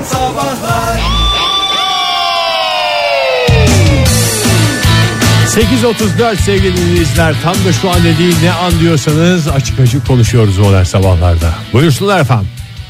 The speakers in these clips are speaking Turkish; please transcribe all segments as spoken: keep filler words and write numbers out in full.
Modern Sabahlar. sekiz otuz dört sevgili dinleyiciler, tam da şu an dediği ne an diyorsanız açık açık konuşuyoruz Modern Sabahlar'da. Buyursunlar efendim.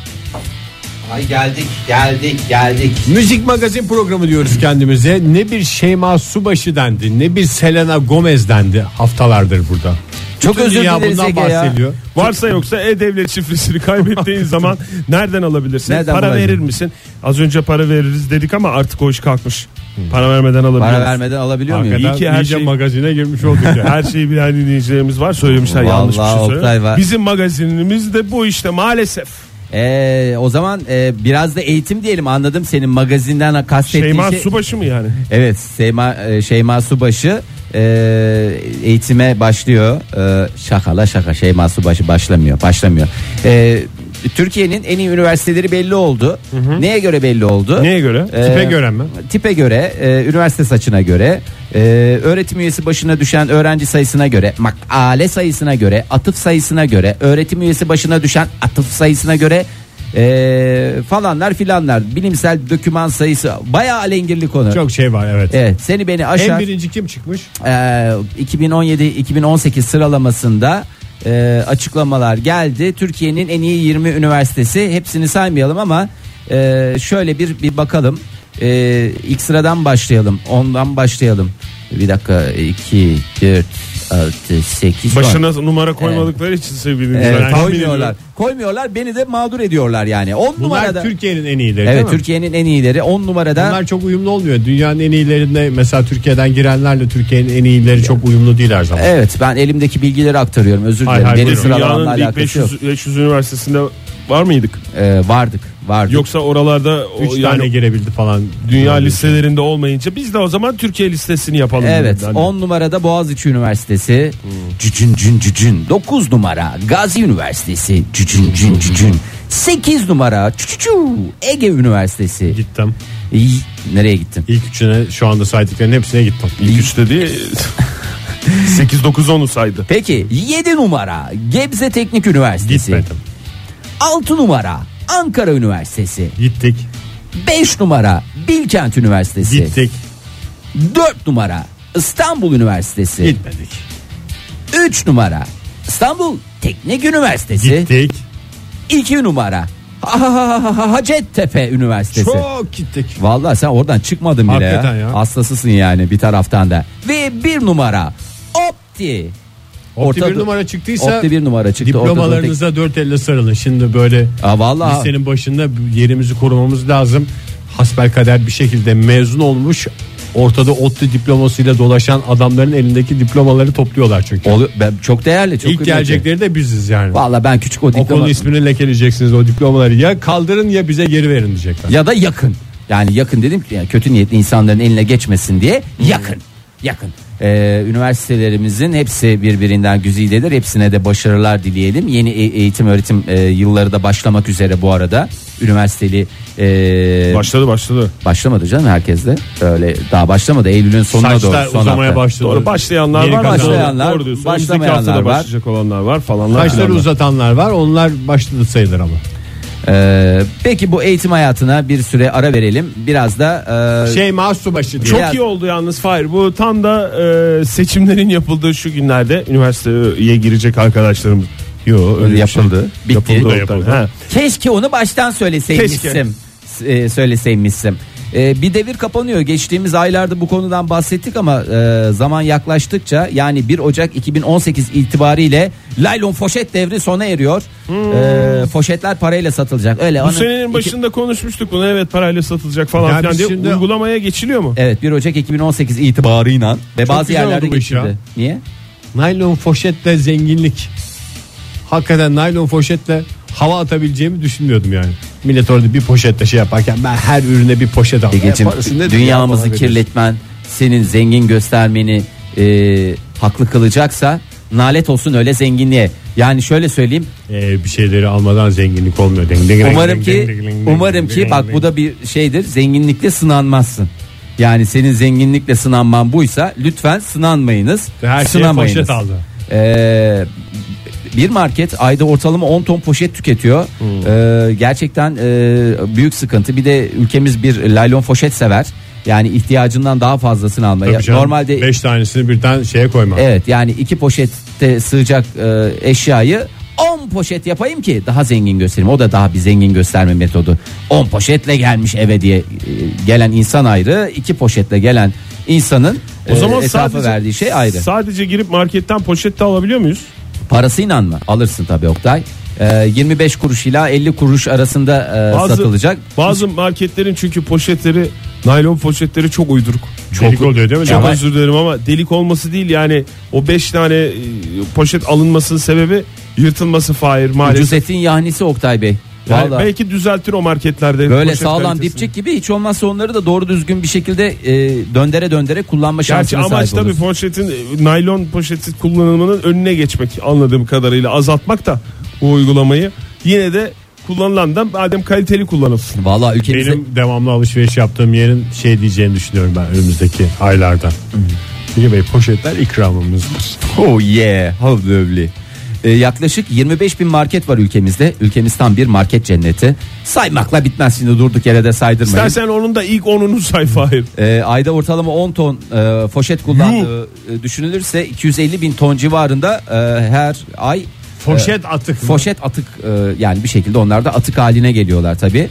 Ay geldik geldik geldik. Müzik magazin programı diyoruz kendimize. Ne bir Şeyma Subaşı dendi, ne bir Selena Gomez dendi haftalardır burada. Çok Bütün özür dünya dileriz bundan Ege ya. bahsediyor. Varsa yoksa e-devlet şifresini kaybettiğin zaman nereden alabilirsin? Nereden para bulabilirim? verir misin? Az önce para veririz dedik ama artık o iş kalkmış. Para vermeden alabiliyoruz. Para vermeden alabiliyor muyum? Hakikaten İyi ki her iyice şey- magazine girmiş olduk ya. Her şeyi bilen dinleyicilerimiz var. Söylemişler, yanlış bir Vallahi şey Oktay söylüyor. var. Bizim magazinimiz de bu işte maalesef. Ee, o zaman e, biraz da eğitim diyelim, anladım senin magazinden kastettiğin Şeyma şey. Subaşı mı yani? Evet, Şeyma, e, Şeyma Subaşı e, eğitime başlıyor. E, şakala şaka, Şeyma Subaşı başlamıyor başlamıyor. E, Türkiye'nin en iyi üniversiteleri belli oldu. Hı hı. Neye göre belli oldu? Neye göre? E, Tipe göre mi? Tipe göre, e, üniversite saçına göre, e, öğretim üyesi başına düşen öğrenci sayısına göre, makale sayısına göre, atıf sayısına göre, öğretim üyesi başına düşen atıf sayısına göre e, falanlar filanlar, bilimsel doküman sayısı, bayağı alengirli konu. Çok şey var, evet. Evet, seni beni En aşar. birinci kim çıkmış? e, iki bin on yedi iki bin on sekiz sıralamasında e, açıklamalar geldi. Türkiye'nin en iyi yirmi üniversitesi, hepsini saymayalım ama e, şöyle bir bir bakalım. E, ilk sıradan başlayalım. Ondan başlayalım. Bir dakika, iki, dört, altı, sekiz. Başına numara koymadıkları için sevgili Evet, dinleyiciler. Tahmin koymuyorlar. ediyorum. Koymuyorlar. Beni de mağdur ediyorlar yani. on Bunlar numarada. Türkiye'nin en iyileri, Evet, değil mi? Türkiye'nin en iyileri on numarada. Bunlar çok uyumlu olmuyor. Dünyanın en iyilerinde mesela Türkiye'den girenlerle Türkiye'nin en iyileri çok uyumlu değil her zaman. Evet, ben elimdeki bilgileri aktarıyorum. Özür Hay dilerim. hay, Benim buyurun. sıralamamla Dünyanın ilk alakası yok. beş yüz, beş yüz üniversitesinde var mıydık? Ee, vardık. Vardık. Yoksa oralarda o, Üç tane yani girebildi falan. dünya listelerinde olmayınca biz de o zaman Türkiye listesini yapalım. Evet, Yani. on numarada Boğaziçi Üniversitesi. Cücün cün cücün. dokuz numara Gazi Üniversitesi. Cücün cün cücün. sekiz numara Çuçuçu Ege Üniversitesi. Gittim. İyi, nereye gittin? İlk üçüne, şu anda saydıkların hepsine gittim. İlk üç dedi sekiz dokuz onu saydı. Peki yedi numara Gebze Teknik Üniversitesi. Gitmedim. altı numara Ankara Üniversitesi. Gittik. beş numara Bilkent Üniversitesi. Gittik. dört numara İstanbul Üniversitesi. Gitmedik. üç numara İstanbul Teknik Üniversitesi. Gittik. iki numara Hacettepe Üniversitesi. Çok gittik. Vallahi sen oradan çıkmadın bile Hakikaten ya. ya. Hastasısın yani bir taraftan da. Ve bir numara Opti. Opti Orta- bir numara çıktıysa Opti bir numara çıktı. diplomalarınıza dört elle sarılın. Şimdi böyle Aa, vallahi. listenin başında yerimizi korumamız lazım. Hasbelkader bir şekilde mezun olmuş, ortada ODTÜ diplomasıyla dolaşan adamların elindeki diplomaları topluyorlar çünkü. Olu- ben, çok değerli. Çok İlk kıymetli. gelecekleri de biziz yani. Vallahi ben küçük o diploma. Okulun ismini lekeleyeceksiniz, o diplomaları ya kaldırın ya bize geri verin diyecekler. Ya da yakın. Yani yakın dedim ki yani kötü niyetli insanların eline geçmesin diye yakın. Yakın. Ee, üniversitelerimizin hepsi birbirinden güzidedir. Hepsine de başarılar dileyelim. Yeni e- eğitim öğretim e, yılları da başlamak üzere bu arada. Üniversiteli e, Başladı başladı. başlamadı canım herkes de. Öyle daha başlamadı. Eylül'ün sonuna doğru. Saçlar son uzamaya hafta. başladı. Doğru, başlayanlar Yeni var. kazananlar. Başlayanlar, Doğru diyorsun. Önümüzdeki başlamayanlar haftada var. başlayacak olanlar var falanlar. Saçları filanlar. uzatanlar var, onlar başladı sayılır ama. Ee, peki bu eğitim hayatına bir süre ara verelim. Biraz da e, Şey Subaşı diye. Çok Biraz- iyi oldu yalnız Fahir. Bu tam da e, seçimlerin yapıldığı şu günlerde üniversiteye girecek arkadaşlarımız. Yo öyle bir yapıldı. Şey. Bitti. Yapıldı, Yapıldı. Ha. keşke onu baştan söyleseymişsin. E, söyleseymişsin. E, bir devir kapanıyor. Geçtiğimiz aylarda bu konudan bahsettik ama e, zaman yaklaştıkça, yani bir Ocak iki bin on sekiz itibariyle laylon foşet devri sona eriyor. Hmm. E, foşetler parayla satılacak. Öyle. Bu onun- senenin iki- başında konuşmuştuk bunu, evet parayla satılacak falan Ya filan biz diye şimdi- uygulamaya geçiliyor mu? Evet, bir Ocak iki bin on sekiz itibarıyla ve Çok bazı güzel yerlerde oldu bu iş ya. geçildi. Niye? Naylon foşetle zenginlik. Hakikaten naylon foşetle hava atabileceğimi düşünmüyordum yani. Millet orada bir poşetle şey yaparken ben her ürüne bir poşet aldım. Egeciğim, E, parası nedir ya dünyamızı falan kirletmen, senin zengin göstermeni e, haklı kılacaksa nalet olsun öyle zenginliğe. Yani şöyle söyleyeyim. Ee, bir şeyleri almadan zenginlik olmuyor. Ding, ding, Umarım ding, ki ding, ding, ding, umarım ding, ki ding, bak ding. bu da bir şeydir. Zenginlikle sınanmazsın. Yani senin zenginlikle sınanman buysa lütfen sınanmayınız. Her şeye sınamayınız. poşet aldı. Ee, bir market ayda ortalama on ton poşet tüketiyor. Hmm. Ee, gerçekten e, büyük sıkıntı. Bir de ülkemiz bir laylon poşet sever. Yani ihtiyacından daha fazlasını almaya. Normalde beş tanesini birden şeye koyma. Evet, yani iki poşette sığacak e, eşyayı on poşet yapayım ki daha zengin göstereyim. O da daha bir zengin gösterme metodu. on poşetle gelmiş eve diye e, gelen insan ayrı, iki poşetle gelen insanın o zaman e, etrafa sadece, verdiği şey ayrı. Sadece girip marketten poşette alabiliyor muyuz? Parasıyla mı? Alırsın tabii Oktay. E, yirmi beş kuruş ila elli kuruş arasında e, bazı, satılacak. Bazı marketlerin çünkü poşetleri, naylon poşetleri çok uyduruk. Çok delik oluyor değil mi? Çok özür dilerim ama delik olması değil, yani o beş tane poşet alınmasının sebebi yırtılması Fahir maalesef. Ucuz etin yahnisi Oktay Bey. Yani belki düzeltir o marketlerde. Böyle sağlam kalitesini. Dipçik gibi, hiç olmazsa onları da doğru düzgün bir şekilde e, döndere döndere kullanma şansına sahip oluruz. Gerçi amaç tabii poşetin, naylon poşeti kullanımının önüne geçmek, anladığım kadarıyla azaltmak da bu uygulamayı. Yine de kullanılan da madem kaliteli kullanılsın. Vallahi ülkemizde... Benim devamlı alışveriş yaptığım yerin şey diyeceğini düşünüyorum ben önümüzdeki aylarda. Bilge Bey, poşetler ikramımızdır. Oh yeah, how lovely. Ee, yaklaşık yirmi beş bin market var ülkemizde. Ülkemiz tam bir market cenneti. Saymakla bitmez, şimdi durduk yere de saydırmayın. İstersen onun da ilk onunu say Fahir. Ee, ayda ortalama on ton e, poşet kullandığı e, düşünülürse iki yüz elli bin ton civarında e, her ay poşet atık. Poşet atık e, yani bir şekilde onlar da atık haline geliyorlar tabii.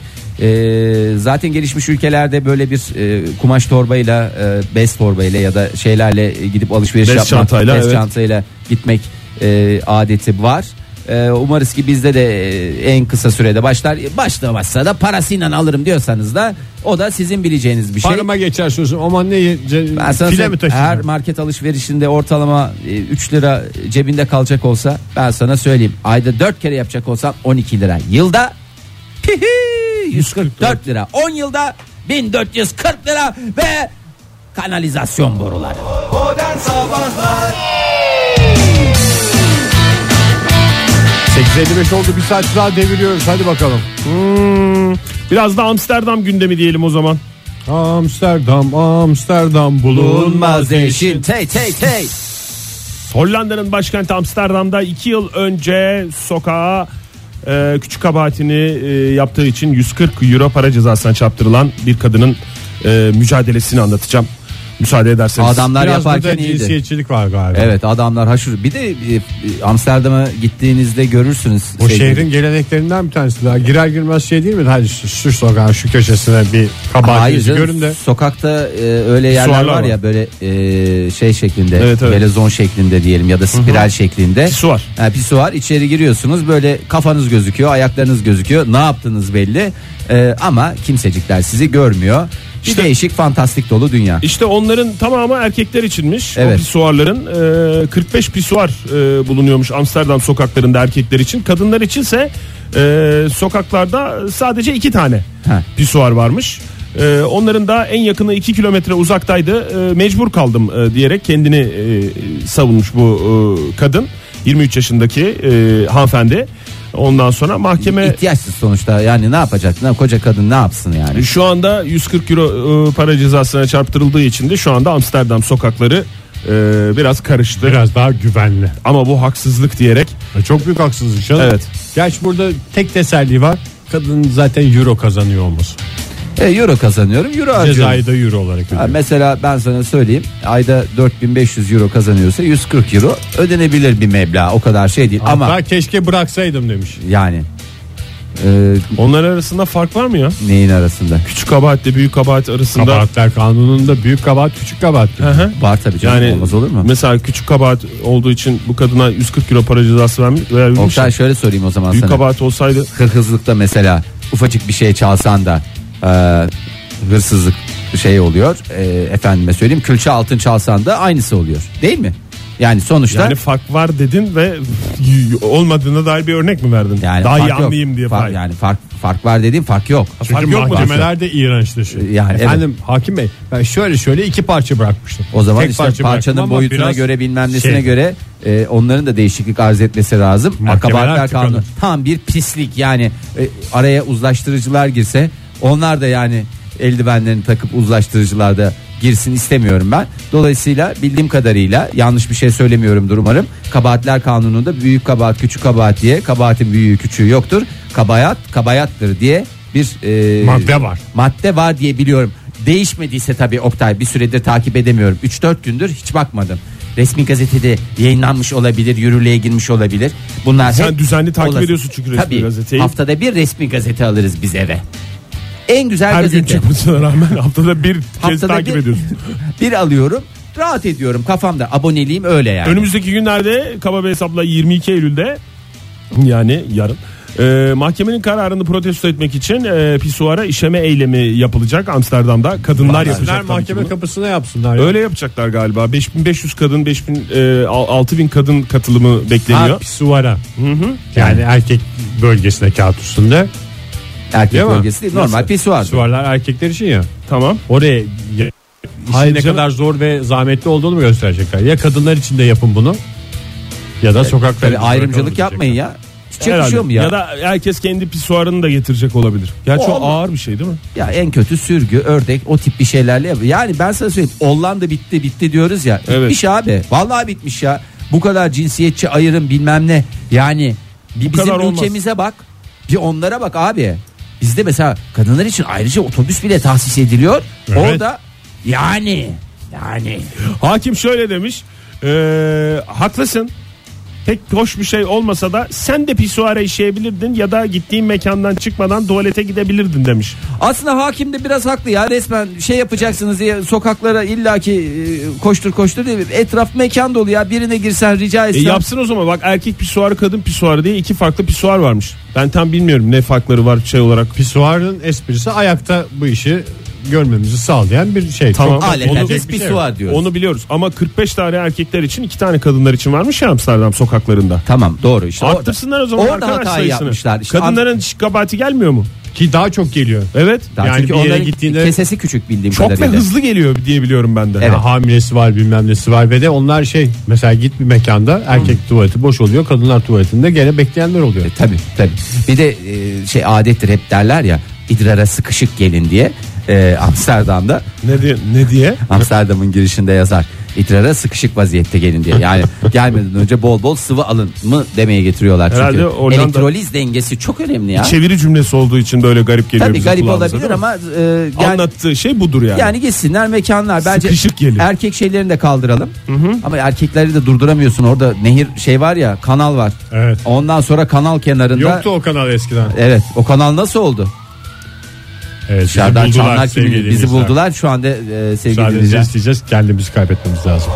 E, zaten gelişmiş ülkelerde böyle bir e, kumaş torbayla, e, bez torbayla ya da şeylerle gidip alışveriş bez yapmak, çantayla, bez evet. çantayla gitmek e, adeti var. E, umarız ki bizde de e, en kısa sürede başlar. Başlamazsa da parasıyla alırım diyorsanız da o da sizin bileceğiniz bir şey. Parama geçer sözüm, aman ne ben sana file mi taşıyacağım? Her market alışverişinde ortalama e, üç lira cebinde kalacak olsa, ben sana söyleyeyim, ayda dört kere yapacak olsan on iki lira. Yılda yüz kırk dört lira. on yılda bin dört yüz kırk lira ve kanalizasyon boruları. Modern Sabahlar. sekiz elli beş oldu, bir saat daha deviriyoruz, hadi bakalım. Hmm, biraz da Amsterdam gündemi diyelim o zaman. Amsterdam, Amsterdam bulunmaz eşin. Tey tey tey. Hollanda'nın başkenti Amsterdam'da iki yıl önce sokağa e, küçük kabahatini e, yaptığı için yüz kırk euro para cezasına çarptırılan bir kadının e, mücadelesini anlatacağım. Müsaade ederseniz. Adamlar biraz yaparken iyiydi. Cinsiyetçilik var galiba. Evet, adamlar haşır. Bir de e, Amsterdam'a gittiğinizde görürsünüz. O şey şehrin gibi. Geleneklerinden bir tanesi daha. Girer girmez şey değil mi? Hadi şu, şu sokağın şu köşesine bir kabahatinizi görün de. Sokakta e, öyle yerler Pisuarlar var ya var. Böyle e, şey şeklinde, evet, evet. Velezon şeklinde diyelim ya da spiral Hı-hı. şeklinde. Pisuar. Yani pisuar, içeri giriyorsunuz, böyle kafanız gözüküyor, ayaklarınız gözüküyor. Ne yaptığınız belli. E, ama kimsecikler sizi görmüyor. Bir işte, değişik, fantastik dolu dünya. İşte onların tamamı erkekler içinmiş. Evet. O pisuarların e, kırk beş pisuar e, bulunuyormuş Amsterdam sokaklarında erkekler için. Kadınlar içinse e, sokaklarda sadece iki tane ha. pisuar varmış. E, onların da en yakını iki kilometre uzaktaydı. E, mecbur kaldım e, diyerek kendini e, savunmuş bu e, kadın. yirmi üç yaşındaki e, hanımefendi. Ondan sonra mahkeme... İhtiyaçsız sonuçta, yani ne yapacak? Ne, koca kadın ne yapsın yani? Şu anda yüz kırk euro e, para cezasına çarptırıldığı için de şu anda Amsterdam sokakları e, biraz karıştı. Biraz daha güvenli. Ama bu haksızlık diyerek. Çok büyük haksızlık canım. Evet. Gerçi burada tek teselli var. Kadın zaten euro kazanıyor olması. E, euro kazanıyorum, euro harcıyorum. Cezayı da euro olarak ödüyor. Ha, mesela ben sana söyleyeyim, ayda dört bin beş yüz euro kazanıyorsa yüz kırk euro ödenebilir bir meblağ, o kadar şey değil. Hatta ama keşke bıraksaydım demiş. Yani e, onlar arasında fark var mı ya? Neyin arasında? Küçük kabahatle büyük kabahat arasında. Kabahatler kanununda büyük kabahat küçük kabahat. Var tabii canım, yani, olmaz olur mu? Mesela küçük kabahat olduğu için bu kadına yüz kırk euro para cezası vermiş. Oktay, şöyle sorayım o zaman büyük sana. Büyük kabahat olsaydı. Hırsızlıkta mesela ufacık bir şey çalsan da e, hırsızlık şey oluyor. E, efendime söyleyeyim, külçe altın çalsan da aynısı oluyor. Değil mi? Yani sonuçta. Yani fark var dedin ve olmadığına dair bir örnek mi verdin? Yani daha iyi yok. anlayayım diye. Fark, yani fark fark var dediğim fark yok. Çünkü fark yok mahkemeler de iğrençleşiyor. Yani efendim evet. Hakim Bey, ben şöyle şöyle iki parça bırakmıştım. O zaman Tek işte parça parçanın boyutuna göre bilmem nesine şey. göre e, onların da değişiklik arz etmesi lazım. Kabahatler kanunu tam bir pislik yani. E, araya uzlaştırıcılar girse, onlar da yani eldivenlerini takıp uzlaştırıcılarda girsin istemiyorum ben. Dolayısıyla bildiğim kadarıyla yanlış bir şey söylemiyorumdur umarım. Kabahatler kanununda büyük kabahat küçük kabahat diye, kabahatin büyüğü küçüğü yoktur. Kabahat kabayattır diye bir e, madde var. Madde var diye biliyorum. Değişmediyse tabii Oktay, bir süredir takip edemiyorum. üç dört gündür hiç bakmadım. Resmi gazetede yayınlanmış olabilir, yürürlüğe girmiş olabilir. Bunlar sen hep düzenli takip olası. ediyorsun çünkü resmi tabii, gazeteyi. Haftada bir resmi gazete alırız biz eve. En güzel Her gazete. gün çıkmasına rağmen haftada bir kez Haftada takip bir, ediyorsun. bir alıyorum. Rahat ediyorum kafamda. Aboneliğim öyle yani. Önümüzdeki günlerde kaba bir hesapla yirmi iki Eylül'de, yani yarın, e, mahkemenin kararını protesto etmek için e, pisuara işeme eylemi yapılacak Amsterdam'da. Kadınlar yapacak. Mahkeme kapısına yapsınlar. Ya. Öyle yapacaklar galiba. beş bin beş yüz kadın, beş bin e, altı bin kadın katılımı bekleniyor. Ha, pisuara. Hı hı. Yani erkek bölgesinde kağıt üstünde. Erkek Değil bölgesi değil, normal Nasıl? pisuar. Pisuarlar erkekler için ya. Tamam. Oraya işin Hayır ne canım. kadar zor ve zahmetli olduğunu mu gösterecekler? Ya kadınlar için de yapın bunu, ya da sokakta Tabii ayrımcılık yapmayın ya. Hiç yakışıyor mu ya? Ya da herkes kendi pisuarını da getirecek olabilir. Gerçi o, O- ağır bir şey değil mi? Ya en kötü sürgü, ördek, o tip bir şeylerle yap. Yani ben sana söyleyeyim, Hollanda bitti bitti diyoruz ya. Evet. Bitmiş abi. Vallahi bitmiş ya. Bu kadar cinsiyetçi ayrım bilmem ne. Yani bir Bu kadar bizim olmaz. ülkemize bak. Bir onlara bak abi. Bizde mesela kadınlar için ayrıca otobüs bile tahsis ediliyor. Evet. Orada yani yani Hakim şöyle demiş. E, haklısın. Pek hoş bir şey olmasa da sen de pisuara işeyebilirdin ya da gittiğin mekandan çıkmadan tuvalete gidebilirdin demiş. aslında hakim de biraz haklı ya, resmen şey yapacaksınız diye sokaklara illaki e, koştur koştur diye, etraf mekan dolu ya, birine girsen rica E etsen. yapsın o zaman, bak erkek pisuarı kadın pisuarı diye iki farklı pisuar varmış. Ben tam bilmiyorum ne farkları var şey olarak. Pisuarın esprisi ayakta bu işi görmemizi sağlayan bir şey. Tamam. Çok Aleten onu- biz bir şey pisuar diyoruz. Onu biliyoruz ama kırk beş tane erkekler için iki tane kadınlar için varmış ya Amsterdam sokaklarında. Tamam, doğru işte. orada. Arttırsınlar o zaman Orada arkadaş hatayı sayısını. yapmışlar. İşte Kadınların kabahati gelmiyor mu? Ki daha çok geliyor. Evet. Daha yani çünkü bir yere onların gittiğinde- kesesi küçük bildiğim Çok ve kadarıyla. hızlı geliyor diye biliyorum ben de. Evet. Ya hamilesi var, bilmem nesi var ve de onlar şey, mesela git bir mekanda erkek tuvaleti boş oluyor, kadınlar tuvaletinde gene bekleyenler oluyor. E, tabii tabii. Bir de e, şey adettir, hep derler ya, idrara sıkışık gelin diye. E, Amsterdam'da Ne diye? Ne diye? Amsterdam'ın girişinde yazar. İdrara sıkışık vaziyette gelin diye. Yani gelmeden önce bol bol sıvı alın mı demeye getiriyorlar. Çünkü Herhalde Hollanda- elektroliz dengesi çok önemli ya. Çeviri cümlesi olduğu için böyle garip geliyor Tabii bizim garip kulağımıza, olabilir değil mi? ama e, yani, Anlattığı şey budur yani. yani gitsinler mekanlar. Bence Sıkışık gelin. erkek şeylerini de kaldıralım. Ama erkekleri de durduramıyorsun. Orada nehir şey var ya, kanal var. Evet. Ondan sonra kanal kenarında. Yoktu o kanal eskiden. Evet, o kanal nasıl oldu? Evet, bizi Dışarıdan buldular çanlar kimi sevgili bizi dinleyiciler. buldular şu anda e, sevgili Sadece dinleyiciler. isteyeceğiz, kendimizi kaybetmemiz lazım.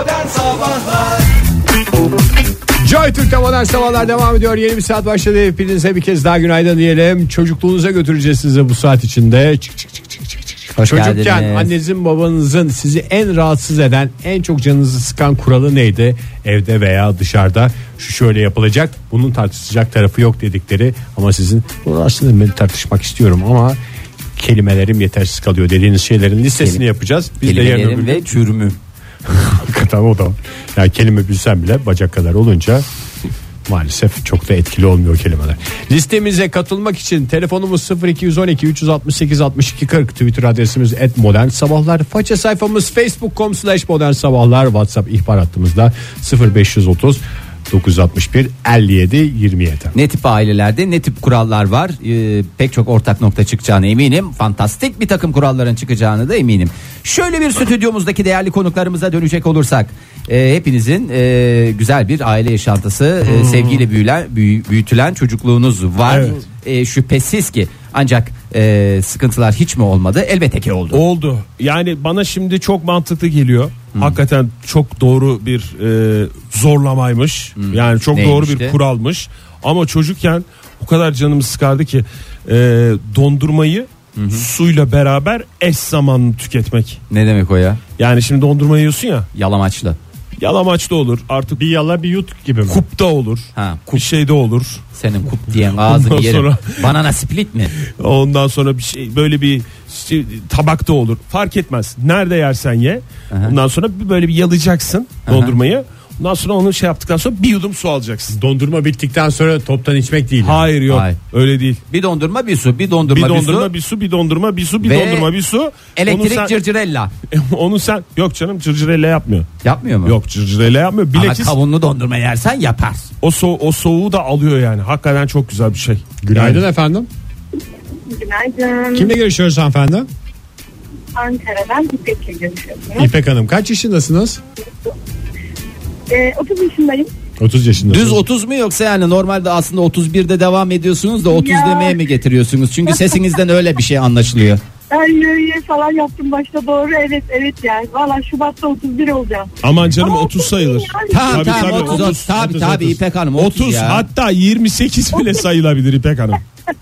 Joy Türk'te modern sabahlar devam ediyor. Yeni bir saat başladı. Hepinize bir kez daha günaydın diyelim. Çocukluğunuza götüreceğiz sizi bu saat içinde. Çık çık çık çık çık. çık. Hoş Çocukken geldiniz. annenizin babanızın sizi en rahatsız eden, en çok canınızı sıkan kuralı neydi? Evde veya dışarıda şu şöyle yapılacak, bunun tartışacak tarafı yok dedikleri ama sizin "Bu aslında ben tartışmak istiyorum ama kelimelerim yetersiz kalıyor" dediğiniz şeylerin listesini Kelim- yapacağız. Biz de yarın Kelimelerim öbür ve gün- çürümü. Hakikaten o da var. Yani kelime bilsem bile bacak kadar olunca maalesef çok da etkili olmuyor kelimeler. Listemize katılmak için telefonumuz sıfır iki on iki üç altı sekiz altmış iki kırk, Twitter adresimiz et modern sabahlar, faça sayfamız facebook nokta com slash modern sabahlar, WhatsApp ihbar hattımızda sıfır beş otuz dokuz altmış bir elli yedi yirmi yedi. Ne tip ailelerde ne tip kurallar var? Ee, pek çok ortak nokta çıkacağına eminim. Fantastik bir takım kuralların çıkacağını da eminim. Şöyle bir stüdyomuzdaki değerli konuklarımıza dönecek olursak, e, hepinizin e, güzel bir aile yaşantısı, e, sevgiyle büyülen, büyü- büyütülen çocukluğunuz var. Evet. E, şüphesiz ki, ancak e, sıkıntılar hiç mi olmadı? Elbette ki oldu. Oldu. Yani bana şimdi çok mantıklı geliyor. Hakikaten çok doğru bir e, zorlamaymış. Yani çok Neymiş doğru bir de? kuralmış. Ama çocukken o kadar canımı sıkardı ki e, dondurmayı suyla beraber eş zamanlı tüketmek. Ne demek o ya? Yani şimdi dondurma yiyorsun ya, Yalamaçlı. yalamaçta olur, artık Bir yala bir yut gibi mi? kupta olur. Ha, Bir şeyde olur. Senin kup diyen ağzını Ondan yerim. sonra- Banana split mi? Ondan sonra bir şey böyle bir şey, tabakta olur. Fark etmez. Nerede yersen ye. Aha. Ondan sonra bir böyle bir yalayacaksın Aha. dondurmayı. Ondan sonra onu şey yaptıktan sonra bir yudum su alacaksın. Dondurma bittikten sonra toptan içmek değil. Hayır yok. Hayır. Öyle değil. Bir dondurma bir su, bir dondurma Bir bir, dondurma su. bir su, bir dondurma bir su, bir Ve dondurma bir su. Elektrik Onu sen, cırcırella. onu sen yok canım cırcırella yapmıyor. Yapmıyor mu? Yok cırcırella yapmıyor. Bilakis Ama kavunlu dondurma yersen yapar. o so o soğuğu da alıyor yani. Hakikaten çok güzel bir şey. Günaydın Yani, efendim. Günaydın. Kimle görüşüyoruz hanımefendi? Ankara'dan İpek'le görüşüyorum. İpek Hanım, kaç yaşındasınız? Ee, otuz yaşındayım. otuz yaşındasınız. Düz otuz mu yoksa yani normalde aslında otuz birde devam ediyorsunuz da otuz Ya. demeye mi getiriyorsunuz? Çünkü sesinizden öyle bir şey anlaşılıyor. Ben yürüye falan yaptım başta, doğru, evet evet yani. Valla Şubat'ta otuz bir olacağım. aman canım Ama otuz otuz sayılır. yani. Tamam Tabii, tamam tabii, otuz, otuz, tabii otuz, tabii otuz. İpek Hanım otuz, otuz ya. hatta yirmi sekiz bile sayılabilir İpek Hanım.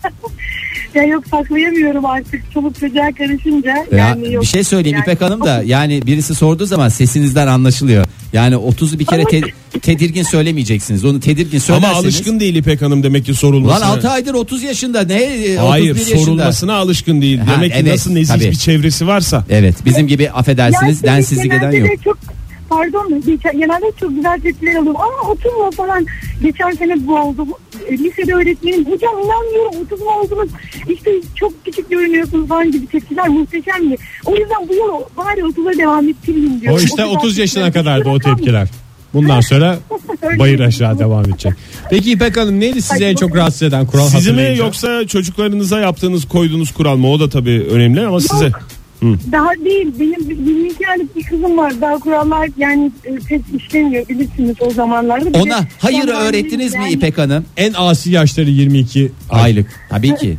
Ya yok, saklayamıyorum artık çoluk çocuğa karışınca. Ya Yani yok. bir şey söyleyeyim Yani- İpek Hanım da yani birisi sorduğu zaman sesinizden anlaşılıyor. Yani otuzu bir kere te- tedirgin söylemeyeceksiniz. Onu tedirgin söylerseniz. Ama alışkın değil İpek Hanım demek ki Ulan sorulmasına. altı aydır otuz yaşında ne? Hayır, otuz bir yaşında. sorulmasına alışkın değil. Ha, Demek ki evet, nasıl nezih tabii. bir çevresi varsa. Evet bizim gibi affedersiniz Ya, densizlik eden genelde yok. de Çok, pardon geçen, genelde çok güzel tepkiler alıyorum. Aa otuz mu falan. Geçen sene bu oldu. E, Lisede öğretmenim, hocam inanmıyorum otuz mu oldunuz? İşte çok küçük görünüyorsunuz falan gibi tepkiler muhteşemdi. O yüzden bu yıl bari otuza devam ettireyim diyorum. O işte O kadar otuz yaşına tepkiler. kadardı o tepkiler. Bundan sonra bayır aşağı devam edecek. Peki İpek Hanım, neydi sizi en çok rahatsız eden kural Sizi mi hatırlayınca? yoksa çocuklarınıza yaptığınız koyduğunuz kural mı? O da tabii önemli ama size. Daha değil. Benim yirmi iki aylık bir kızım var. Daha kurallar yani e, pek işlemiyor bilirsiniz o zamanlarda. Bir de Ona hayır zamanında öğrettiniz mi yani- İpek Hanım? En asi yaşları yirmi iki Aylık. Tabii ki.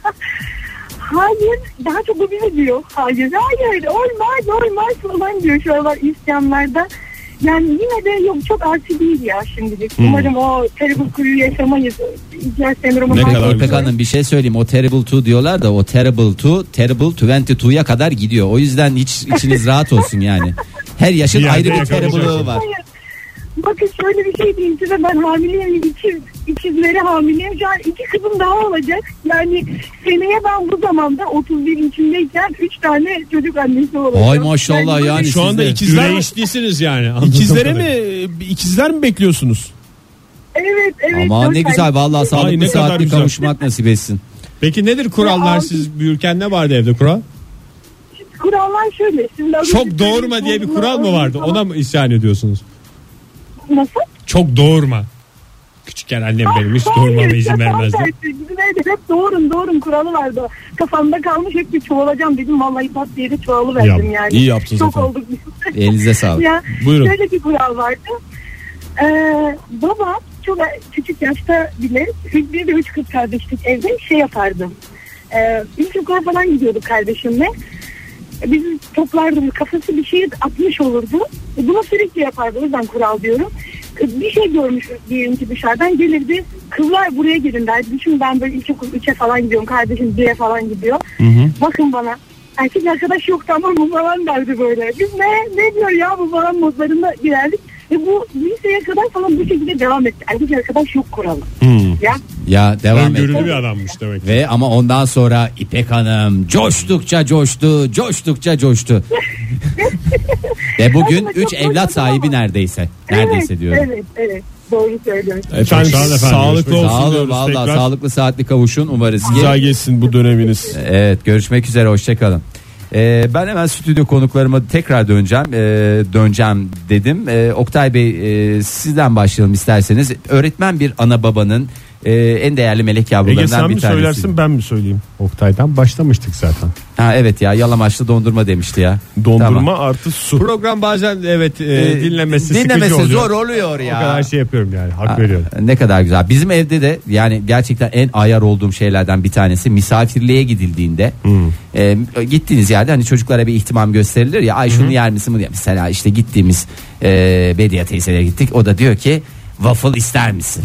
Hayır, daha çok o bize diyor. Hayır, hayır, olmaz, olmaz falan diyor şu aralar isyanlarda. Yani yine de yok, çok artı değil ya şimdilik. Hmm. Umarım o terrible kuruyu yaşamayız. İhtiyaç sendromu Ne falan kadar İpek güzel. Hanım bir şey söyleyeyim. O terrible two diyorlar da o terrible two, terrible yirmi ikiye kadar gidiyor. O yüzden hiç içiniz rahat olsun yani. Her yaşın Bir yerde ayrı bir yakalayacaksın. terrible'lığı var. Hayır. Bakın şöyle bir şey diyeyim size, ben hamileyim, ikiz, ikizleri hamileyim, şu an iki kızım daha olacak. Yani seneye ben bu zamanda otuz bir içindeyken üç tane çocuk annesi olacağım. Ay maşallah yani Şu anda siz de- ikizler mi? Üreşlisiniz yani. anladığım İkizlere kadarıyla. mi ikizler mi bekliyorsunuz? Evet evet. Aman dört ne güzel tane. vallahi Ay, sağlıklı ne kadar saatli güzel. kavuşmak nasip etsin. Peki nedir kurallar, Ya, siz büyürken ne vardı evde kural? Kurallar şöyle. Şimdi az önce Çok doğurma diye bir kural mı vardı? Ona mı isyan ediyorsunuz? Nasıl? Çok doğurma. Küçükken annem benim hiç Hayır, doğurmama izin tam vermezdi. tersi. Bizim evde hep doğurun doğurun kuralı vardı. Kafamda kalmış, hep bir çoğalacağım dedim. Vallahi pat diye de çoğalı verdim Ya, yani. iyi yaptınız Çok efendim. olduk biz. Elinize sağlık. Ya, Buyurun. şöyle bir kural vardı. Ee, baba çok küçük yaşta bile bir de üç kız kardeşlik evde şey yapardım. Ee, ilkokula falan gidiyorduk kardeşimle. Biz toplardık, kafası bir şey atmış olurdu. Bunu sürekli yapardı, o yüzden kural diyorum. Bir şey görmüş diyelim ki dışarıdan gelirdi. Kızlar buraya gelin derdi. Düşün ben böyle ilkokul üçe falan gidiyorum. Kardeşim bire falan gidiyor. Hı hı. Bakın bana. Erkek arkadaş yok tamam mı falan derdi böyle. Biz ne ne diyor ya bu falan modlarında girerdik. Ve bu liseye kadar falan bu şekilde devam etti. Erkek arkadaş yok kuralı. Hmm. Ya. Ya devam et. Öngörülü bir adammış demek ki. Ve ama ondan sonra İpek Hanım coştukça coştu, coştukça coştu. Ve bugün Aslında üç çok evlat coşmadım sahibi ama. neredeyse. Neredeyse evet, diyorum. Evet evet doğru söylüyorsun. Efendim Çok sağ olun efendim. sağlıklı Görüşmek olsun Sağ olun diyoruz valla tekrar. sağlıklı saatli kavuşun umarız ki. Güzel geçsin bu döneminiz. Evet görüşmek üzere hoşçakalın. Ee, ben hemen stüdyo konuklarıma tekrar döneceğim ee, döneceğim dedim. Ee, Oktay Bey e, sizden başlayalım isterseniz. Öğretmen bir ana babanın e, en değerli melek Ege sen yavrularından bir mi tanesi. söylersin ben mi söyleyeyim? Oktay'dan başlamıştık zaten. Ha, evet ya yalamaçlı dondurma demişti ya. Dondurma Tamam. artı su. Program bazen evet e, Ee, dinlemesi, dinlemesi sıkıcı oluyor. zor oluyor ya. O kadar şey yapıyorum yani, hak Ha, veriyorum. ne kadar güzel. Bizim evde de yani gerçekten en ayar olduğum şeylerden bir tanesi misafirliğe gidildiğinde e, gittiğiniz yerde hani çocuklara bir ihtimam gösterilir ya, ay şunu yer misin bunu yer. Mesela işte gittiğimiz e, Bediye teyzelere gittik, o da diyor ki waffle ister misin?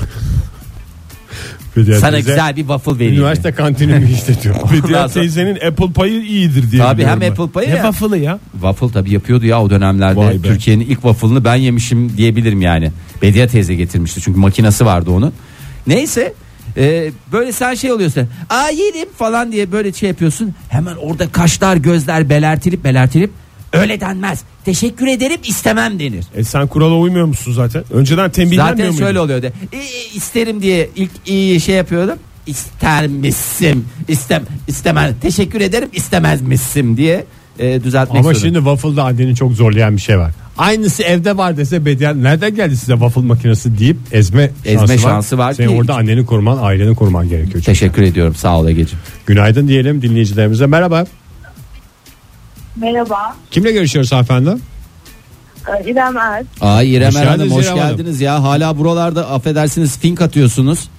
Bediye Sana teyze güzel bir waffle vereyim. üniversite kantinini işletiyor. Bediye Ondan sonra- teyzenin Apple payı iyidir diye Tabii, biliyorum hem ben. Apple payı Ne ya. waffle'ı ya? Waffle tabii yapıyordu ya o dönemlerde. Vay be. Türkiye'nin ilk waffle'ını ben yemişim diyebilirim yani. Bediye teyze getirmişti çünkü makinesi vardı onun. Neyse e, böyle sen şey oluyorsun. Aa yerim falan diye böyle şey yapıyorsun. Hemen orada kaşlar gözler belertilip belertilip Öyle denmez. Teşekkür ederim istemem denir. E sen kurala uymuyor musun zaten? Önceden tembihlenmiyor muydun? Zaten şöyle oluyordu. E, isterim diye ilk iyi şey yapıyordum. İster misin? İstem istemez. Teşekkür ederim istemez misin diye e, düzeltmek Ama zorunda. şimdi waffle'da anneni çok zorlayan bir şey var. Aynısı evde var dese Bediyen nereden geldi size waffle makinesi deyip ezme, Ezme şansı, şansı var var. Senin ki- orada anneni koruman, aileni koruman gerekiyor. çünkü. Teşekkür ediyorum. Sağ ol Egeciğim. Günaydın diyelim dinleyicilerimize. Merhaba. Merhaba. Kimle görüşüyoruz hanımefendi? Ee, İrem Er. Aa İrem Hoş Er Hanım geldiniz hoş İrem Hanım. geldiniz ya. Hala buralarda affedersiniz fink atıyorsunuz.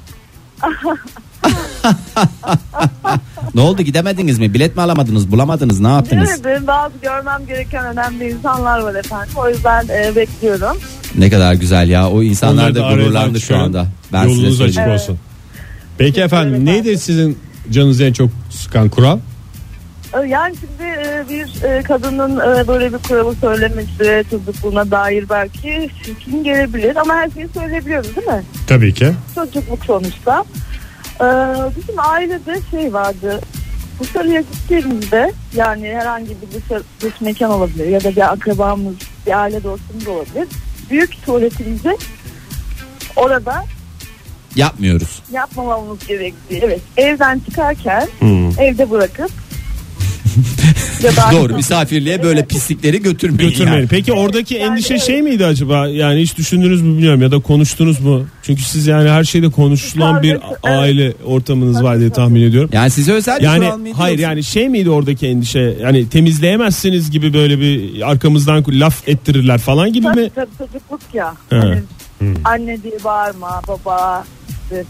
Ne oldu gidemediniz mi? Bilet mi alamadınız? Bulamadınız? Ne yaptınız? Evet, benim bazı görmem gereken önemli insanlar var efendim. O yüzden e, bekliyorum. Ne kadar güzel ya. O insanlar Onları da aradan gururlandı şu çıkarın. anda. Ben size Yolunuz açık söyleyeyim. olsun. Peki efendim neydi sizin canınızı en çok sıkan kural? Ee, Yani şimdi e, bir e, kadının e, böyle bir kuralı söylemesi çocukluğuna dair belki çirkin gelebilir ama her şeyi söyleyebiliyoruz değil mi? Tabii ki. Çocukluk sonuçta. Ee, bizim ailede şey vardı. Dışarıya gittiğimizde yani herhangi bir dışarı, dış mekan olabilir ya da bir akrabamız, bir aile dostumuz olabilir. Büyük tuvaletimizi orada Yapmıyoruz. yapmamamız gerektiği. Evet, evden çıkarken Hmm. evde bırakıp ya da Doğru, misafirliğe böyle pislikleri götürmeyin. Götürmeyin. yani. Peki oradaki Yani endişe evet. şey miydi acaba? Yani hiç düşündünüz mü bilmiyorum ya da konuştunuz mu? Çünkü siz yani her şeyde konuşulan bir Evet. aile ortamınız Tabii, var diye tabii. tahmin ediyorum. Yani size özel bir Yani kural mıydı hayır yoksa? yani şey miydi oradaki endişe? Yani temizleyemezsiniz gibi böyle bir arkamızdan laf ettirirler falan gibi tabii, mi? tabii, çocukluk ya. He. Hani Hmm. anne diye bağırma, baba işte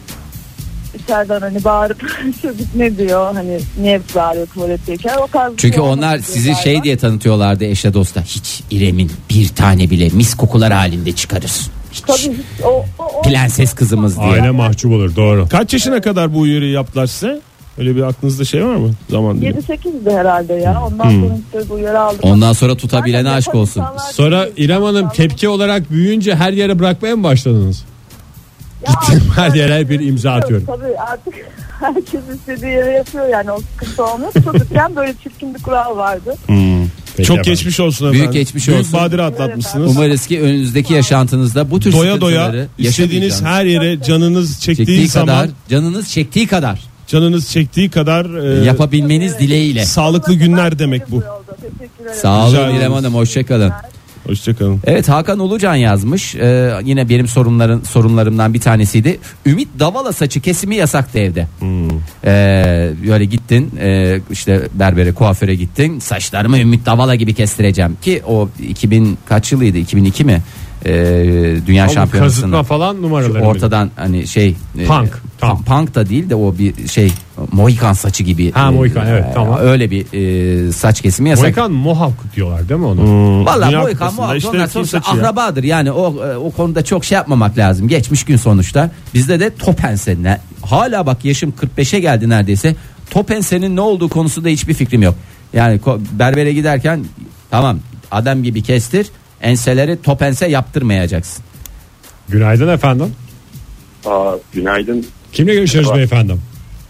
içeriden hani bağırıp çocuk ne diyor hani niye bağırıyor tuvaletteyken o tarz bir Çünkü şey olmak onlar istiyor sizi galiba. şey diye tanıtıyorlardı eşe dosta. Hiç İrem'in bir tane bile mis kokular halinde çıkarır. Hiç. Tabii hiç o, o, o Prenses kızımız diye. Aile mahcup olur doğru. Kaç yaşına kadar bu uyarıyı yaptılar size? Öyle bir aklınızda şey var mı? Zaman dilimi. yedi sekizdi herhalde ya. Ondan Hmm. sonra işte bu uyarı aldım. Ondan sonra tutabilene aşk olsun. Sonra İrem Hanım tepki olarak büyüyünce her yere bırakmaya mı başladınız? Ya Gittim artık her yere yani bir imza atıyorum. Tabii artık herkes istediği yere yapıyor yani o sıkıntı olmuyor. Çocukken böyle çirkin bir kural vardı. Peki Çok efendim. geçmiş olsun Büyük efendim. geçmiş Büyük olsun. badire atlatmışsınız. Umarız ki önünüzdeki yaşantınızda bu tür Doya doya sıkıntıları istediğiniz yaşamayacağınız. her yere canınız çektiği, çektiği zaman kadar, canınız çektiği kadar canınız çektiği kadar e, yapabilmeniz dileğiyle. sağlıklı günler demek bu. Teşekkür ederim. Sağ olun Rica İrem ederiz. Hanım, hoşçakalın. Hoşçakalın. Evet, Hakan Ulucan yazmış. Ee, yine benim sorunların sorunlarımdan bir tanesiydi. Ümit Davala saçı kesimi yasaktı evde. Hmm. Ee, böyle gittin e, işte berbere, kuaföre gittin. Saçlarımı Ümit Davala gibi kestireceğim ki o iki bin kaç yılıydı? iki bin iki mi? Ee, Dünya Ama Şampiyonası'nda. kazıtma falan numaraları. Ortadan hani şey e, Punk, tamam. punk da değil de o bir şey Mohikan saçı gibi. Ha, e, Mohikan, evet, tamam. Öyle bir e, saç kesimi yasak. Mohikan Mohawk diyorlar değil mi onu? Hmm. Vallahi Dünya Mohikan Kupası'nda Mohawk işte onlar fil sonuçta saçı ya. ahrabadır yani o e, o konuda çok şey yapmamak lazım. Geçmiş gün sonuçta. Bizde de topense ne? Hala bak yaşım kırk beşe geldi neredeyse. Topensenin ne olduğu konusunda hiçbir fikrim yok. Yani ko- berbere giderken tamam adam gibi kestir, enseleri topense yaptırmayacaksın. Günaydın efendim. Aa, günaydın. Kimle görüşüyoruz Merhaba. beyefendim?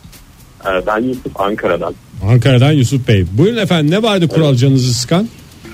Ee, ben Yusuf, Ankara'dan. Ankara'dan Yusuf Bey. Buyurun efendim, ne vardı kural canınızı sıkan?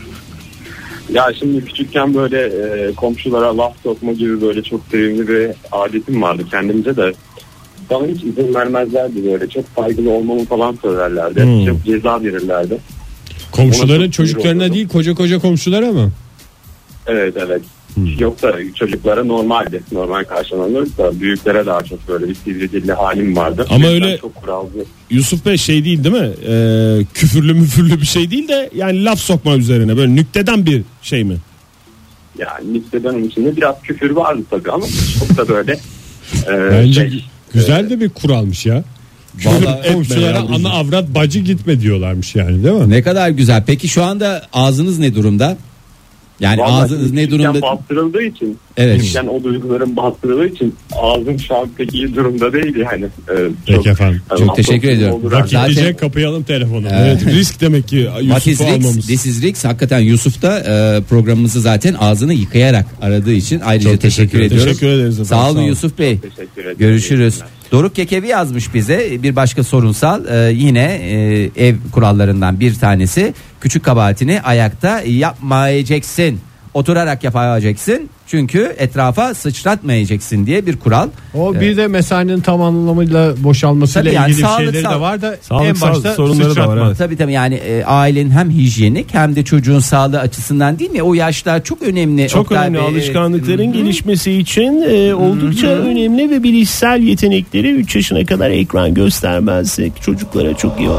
Ya şimdi küçükken böyle e, komşulara laf sokma gibi böyle çok sevimli bir adetim vardı kendimce de. Bana hiç izin vermezlerdi böyle. Çok saygılı olmamı falan söylerlerdi. Hmm. Çok ceza verirlerdi. Ona Komşuların çok çocuklarına sinir değil, koca koca komşulara mı? Evet evet. Yoksa çocuklara normaldi. Normal karşılanır da büyüklere daha çok böyle bir sivri dilli halim vardı. Ama O yüzden öyle- çok kurallı. Yusuf Bey şey değil değil mi? Ee, küfürlü müfürlü bir şey değil de yani laf sokma üzerine böyle nükteden bir şey mi? Yani listeden içinde biraz küfür vardı tabii ama çok da böyle e, Bence şey, güzel de bir kuralmış ya. Vallahi Küfür komşulara etme ya, ana avrat bacı gitme diyorlarmış yani, değil mi? Ne kadar güzel. Peki şu anda ağzınız ne durumda? Yani Vallahi ağzınız ne küçükken durumda? bastırıldığı için, Evet. küçükken o duyguların bastırıldığı için ağzım şu an pek iyi durumda değil yani. Ee, Peki efendim. Çok teşekkür ediyorum. Olur Vakit Zaten- diyecek, kapayalım telefonu. Evet. Evet, risk demek ki What is Yusuf'u Rix? almamız. This is Rix. Hakikaten Yusuf da e, programımızı zaten ağzını yıkayarak aradığı için ayrıca Çok teşekkür, teşekkür ediyoruz. Teşekkür ederiz efendim. Sağ olun Sağ olun. Yusuf Bey. Teşekkür ederim. Görüşürüz. Doruk Kekevi yazmış bize bir başka sorunsal e, yine e, ev kurallarından bir tanesi. küçük kabahatini ayakta yapmayacaksın. Oturarak yapacaksın. Çünkü etrafa sıçratmayacaksın diye bir kural. O bir de mesainin tam anlamıyla boşalmasıyla Tabii yani ilgili bir sağlık, şeyleri sağlık. de var da Sağlık, en başta sorunları sıçratma. da var, evet. Tabii tabii yani e, ailenin hem hijyenik hem de çocuğun sağlığı açısından değil mi? O yaşlar çok önemli. Çok Oktay önemli Bey. alışkanlıkların gelişmesi için e, oldukça önemli ve bilişsel yetenekleri üç yaşına kadar ekran göstermezsek çocuklara çok iyi olur.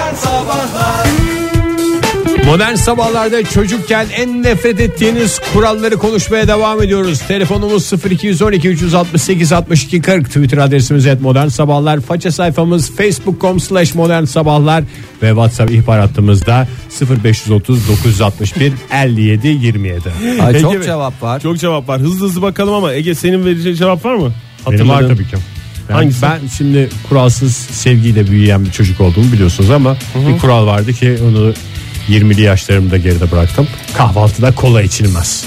Modern sabahlarda çocukken en nefret ettiğiniz kuralları konuşmaya devam ediyoruz. Telefonumuz sıfır iki on iki üç altı sekiz altmış iki kırk, Twitter adresimiz et modern sabahlar, faça sayfamız facebook nokta com slash modern sabahlar ve WhatsApp ihbar hattımızda sıfır beş otuz dokuz altmış bir elli yedi yirmi yedi. Ay, Ege çok Bey, cevap var. Çok cevap var. Hızlı hızlı bakalım ama Ege senin vereceğin cevap var mı? Benim var Hatırladığın. tabii ki. Ben, Hangisi? ben şimdi kuralsız sevgiyle büyüyen bir çocuk olduğumu biliyorsunuz ama bir kural vardı ki onu yirmili yaşlarımda geride bıraktım. Kahvaltıda kola içilmez.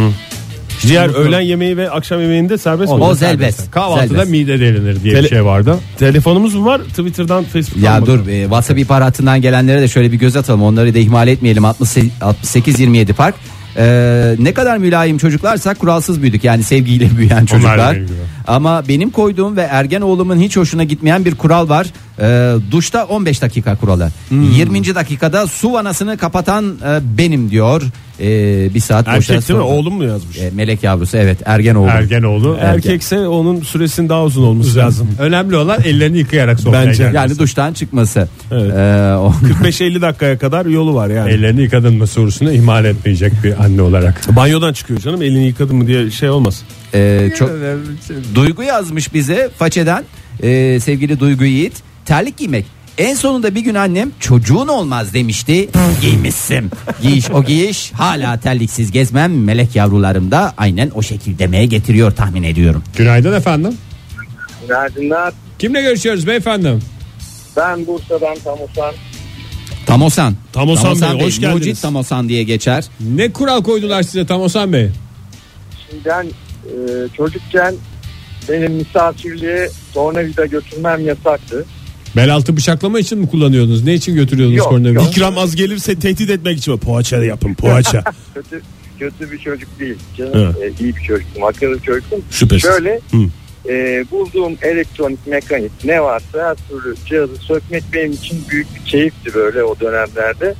Diğer öğlen yemeği ve akşam yemeğinde serbest mi? O zelbest. Kahvaltıda Zelbest. mide delinir diye Tele- bir şey vardı. Telefonumuz mu var? Twitter'dan, Facebook'tan Ya mı dur bakalım? e, WhatsApp ihbar hattından gelenlere de şöyle bir göz atalım. Onları da ihmal etmeyelim. altmış sekiz yirmi yedi fark. Ee, ne kadar mülayim çocuklarsak kuralsız büyüdük. Yani sevgiyle büyüyen çocuklar. benim gibi. Ama benim koyduğum ve ergen oğlumun hiç hoşuna gitmeyen bir kural var. Ee, duşta on beş dakika kuralı. yirminci dakikada su vanasını kapatan e, benim diyor. Ee, bir saat boşa Erkek değil mi? sonra- Oğlum mu yazmış? E, melek yavrusu, evet, ergen oğlu. Ergen oğlu. Erkekse onun süresinin daha uzun olması lazım. Önemli olan ellerini yıkayarak sofraya Bence. gelmesi. Yani duştan çıkması. Evet. Ee, o- kırk beş elli dakikaya kadar yolu var yani. Ellerini yıkadın mı sorusunu ihmal etmeyecek bir anne olarak. Banyodan çıkıyor canım, elini yıkadın mı diye şey olmaz. Ee, çok Duygu yazmış bize façeden, ee, sevgili Duygu Yiğit, terlik giymek. En sonunda bir gün annem çocuğun olmaz demişti. Giymişsin. Giyiş o giyiş, hala terliksiz gezmem. Melek yavrularım da aynen o şekilde demeye getiriyor tahmin ediyorum. Günaydın efendim. Günaydınlar. Kimle görüşüyoruz beyefendi? Ben Bursa'dan Tamusan. Tamosan. Tamosan Bey, hoş geldiniz. Mucit Tamosan diye geçer. Ne kural koydular size Tamosan Bey? Şimdi ben e, çocukken benim misafirliğe tornavida götürmem yasaktı. Bel altı bıçaklama için mi kullanıyordunuz? Ne için götürüyordunuz Yok, kornavida? İkram az gelirse tehdit etmek için poğaça da yapın, poğaça. Kötü kötü bir çocuk değil. Canım, Evet. e, iyi bir çocuktum. Akıllı bir çocuktum. Şüphesiz. Şöyle Hı. e, bulduğum elektronik, mekanik ne varsa her türlü cihazı sökmek benim için büyük bir keyifti böyle o dönemlerde.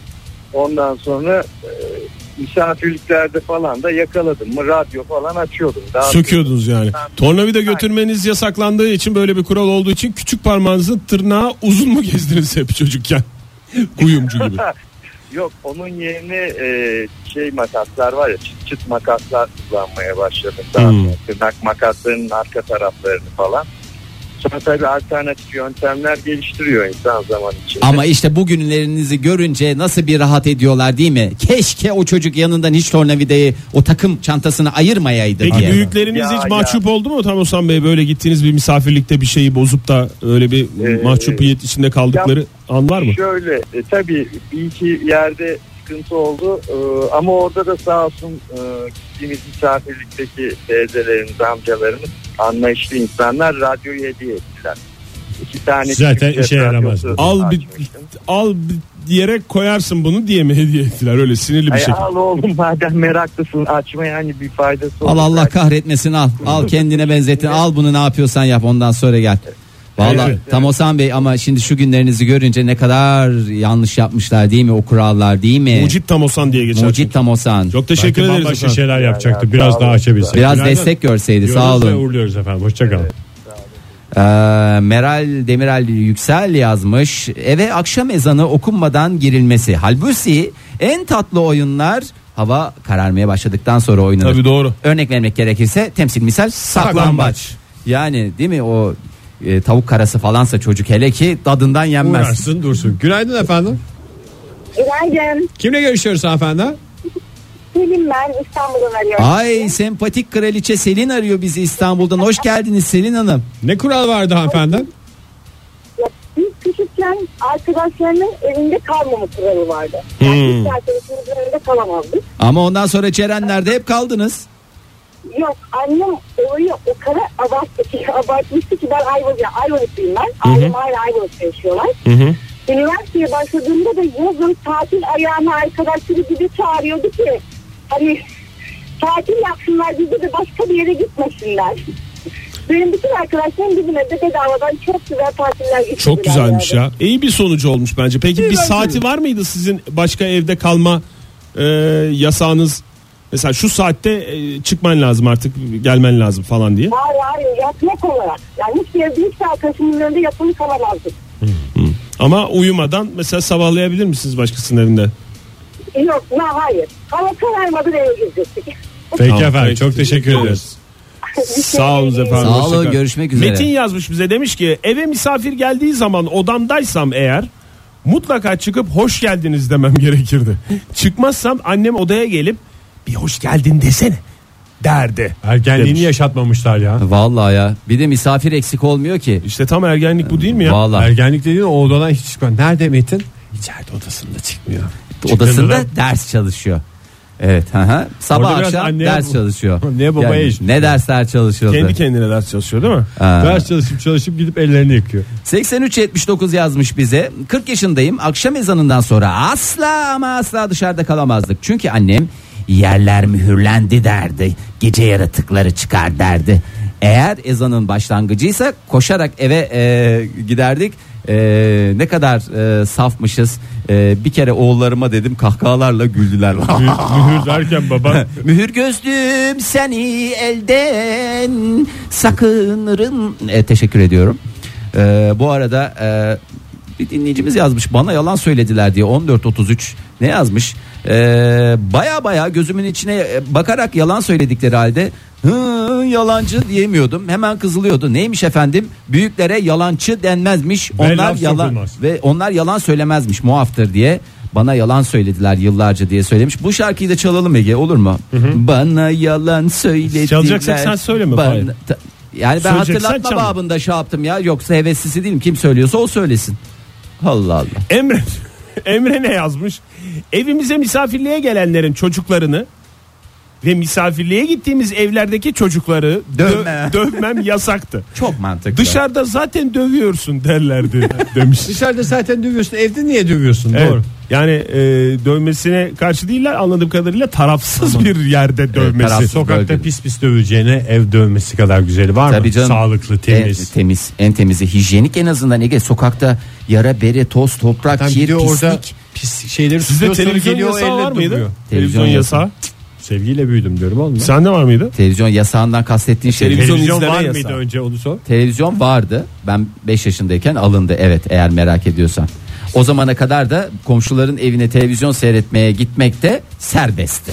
Ondan sonra e, misafirliklerde falan da yakaladım mı radyo falan açıyordum. Daha Söküyordunuz yani. Tornavida götürmeniz yasaklandığı için, böyle bir kural olduğu için küçük parmağınızın tırnağı uzun mu gezdiniz hep çocukken? Kuyumcu gibi. Yok, onun yerine e, şey makaslar var ya, çıt çıt makaslar kullanmaya başladım. Daha Hmm. sonra tırnak makaslarının arka taraflarını falan. Sonra tabii alternatif yöntemler geliştiriyor insan zaman içinde. Ama işte bugünlerinizi görünce nasıl bir rahat ediyorlar değil mi? Keşke o çocuk yanından hiç tornavidayı, o takım çantasını ayırmayaydı Peki diye. büyükleriniz Ya, hiç ya. mahcup oldu mu Tamosan Bey? Böyle gittiğiniz bir misafirlikte bir şeyi bozup da öyle bir Ee, mahcupiyet içinde kaldıkları an var mı? Şöyle e, tabii bir iki yerde sıkıntı oldu e, ama orada da sağ olsun e, gittiğimiz misafirlikteki teyzelerimiz, amcalarımız anlayışlı insanlar radyoyu hediye ettiler. İki tane Zaten küçük işe cep yaramaz. radyosu Al bir, açmıştım. al bir diyerek koyarsın bunu diye mi hediye ettiler, öyle sinirli bir Ay, şekilde? al oğlum madem meraklısın, açmaya hani bir faydası olur. Al Allah belki. kahretmesin, al. Al kendine benzetin. Al bunu, ne yapıyorsan yap, ondan sonra gel. Vallahi Evet. Tamosan Bey, ama şimdi şu günlerinizi görünce ne kadar yanlış yapmışlar değil mi o kurallar, değil mi? Mucit Tamosan diye geçer. Mucit Tamosan. Çok teşekkür Belki ederiz bambaşka efendim. şeyler yapacaktı. Ya, Biraz sağ daha olun. açabilsek. Biraz Günaydın. destek görseydi, sağ Diyoruz ve olun. uğurluyoruz efendim. Hoşçakalın. Ee, Meral Demirel Yüksel yazmış. Eve akşam ezanı okunmadan girilmesi. Halbuki en tatlı oyunlar hava kararmaya başladıktan sonra oynanır. Tabii doğru. Örnek vermek gerekirse temsil misal saklambaç. Yani değil mi, o e, tavuk karası falansa çocuk hele ki tadından yenmez. Uğraşsın dursun. Günaydın efendim. Günaydın. Kimle görüşüyoruz hanımefendi? Selim, ben İstanbul'dan arıyorum. Ay, sempatik kraliçe Selin arıyor bizi İstanbul'dan. Hoş geldiniz Selin Hanım. Ne kural vardı hanımefendi? Ya, biz küçükken arkadaşlarının evinde kalmama kuralı vardı. Hmm. Yani hiç arkadaşımızın evinde kalamazdık. Ama ondan sonra Cerenler'de hep kaldınız. Yok, annem olayı o kadar abarttı ki, abartmıştı ki ben Ayvalık'ta, Ayvalık'lıyım ben. Ailem hala Ayvalık'ta yaşıyorlar. Hı hı. üniversiteye başladığımda da yazın tatil ayağına arkadaşları gibi çağırıyordu ki hani tatil yapsınlar, bizi de başka bir yere gitmesinler. Benim bütün arkadaşlarım bizim evde bedavadan çok güzel tatiller geçirdiler. Çok güzelmiş yani. ya. İyi bir sonucu olmuş bence. Peki bir saati var mıydı sizin başka evde kalma e, yasağınız? Mesela şu saatte e, çıkman lazım artık, gelmen lazım falan diye. Hayır hayır, yatmak olarak. Yani hiçbir evde hiçbir arkadaşımın önünde yatılı kalamazdık. Hı. Hı. Ama uyumadan mesela sabahlayabilir misiniz başkasının evinde? Yok, ne hayır. Hava kararmadan eve girecektik. Peki Tamam, efendim, peki. çok teşekkür ederiz. Sağ olun efendim. Sağ olun, görüşmek üzere. Metin yazmış bize, demiş ki eve misafir geldiği zaman odamdaysam eğer mutlaka çıkıp hoş geldiniz demem gerekirdi. Çıkmazsam annem odaya gelip bir hoş geldin desene derdi. Ergenliğini demiş. yaşatmamışlar ya. Vallahi ya. Bir de misafir eksik olmuyor ki. İşte tam ergenlik bu değil mi ya? Vallahi. Ergenlik dediğin o odadan hiç çıkmıyor. Nerede Metin? İçeride odasında çıkmıyor. Odasında ders çalışıyor. Evet, hı hı. Sabah Orada biraz akşam anneye- ders çalışıyor. Anneye babaya Yani eşit. ne dersler çalışıyordu? Kendi kendine ders çalışıyor değil mi? Ha. Ders çalışıp çalışıp gidip ellerini yıkıyor. seksen üç yetmiş dokuz yazmış bize. kırk yaşındayım. Akşam ezanından sonra asla ama asla dışarıda kalamazdık. Çünkü annem yerler mühürlendi derdi. Gece yaratıkları çıkar derdi. Eğer ezanın başlangıcıysa koşarak eve e, giderdik. E, ne kadar e, safmışız. E, bir kere oğullarıma dedim, kahkahalarla güldüler. Mühür derken baba. Mühür gözlüm seni elden sakınırım. E, teşekkür ediyorum. E, bu arada e, bir dinleyicimiz yazmış, bana yalan söylediler diye. On dört otuz üç ne yazmış? E, baya baya gözümün içine bakarak yalan söyledikleri halde hı, yalancı diyemiyordum. Hemen kızılıyordu. Neymiş efendim? Büyüklere yalancı denmezmiş. Ve Onlar laf yalan sokulmaz. ve onlar yalan söylemezmiş, muaftır diye. Bana yalan söylediler yıllarca diye söylemiş. Bu şarkıyı da çalalım Ege, olur mu? Hı hı. Bana yalan söylediler. Çalacaksak sen söyleme. Bana, ta, yani ben Söyleyeceksen hatırlatma çalma. babında şey yaptım ya. Yoksa heveslisi değilim. Kim söylüyorsa o söylesin. Allah Allah. Emre Emre ne yazmış? Evimize misafirliğe gelenlerin çocuklarını ve misafirliğe gittiğimiz evlerdeki çocukları Dövme. dö- dövmem yasaktı. Çok mantıklı. Dışarıda zaten dövüyorsun derlerdi demiş. Dışarıda zaten dövüyorsun. Evde niye dövüyorsun? Evet. Doğru. Yani e, dövmesine karşı değiller, anladığım kadarıyla tarafsız bir yerde dövmesi. tarafsız. Sokakta Bölge. pis pis döveceğine ev dövmesi kadar güzeli var Tabii mı? canım. Sağlıklı, temiz. En, temiz, en temizi, hijyenik en azından Ege. Sokakta yara, bere, toz, toprak, Zaten kir, gidiyor pislik. orada pis şeyleri Sizde tutuyor, sonra televizyon geliyor, yasağı elle var mıydı? duruyor. Televizyon Televizyon yasağı. Sevgiyle büyüdüm diyorum oğlum. Sende var mıydı? Televizyon yasağından kastettiğin şey. Televizyon Televizyon izleme var yasağı. mıydı önce, onu sor. Televizyon vardı. Ben beş yaşındayken alındı, evet, eğer merak ediyorsan. O zamana kadar da komşuların evine televizyon seyretmeye gitmek de serbestti.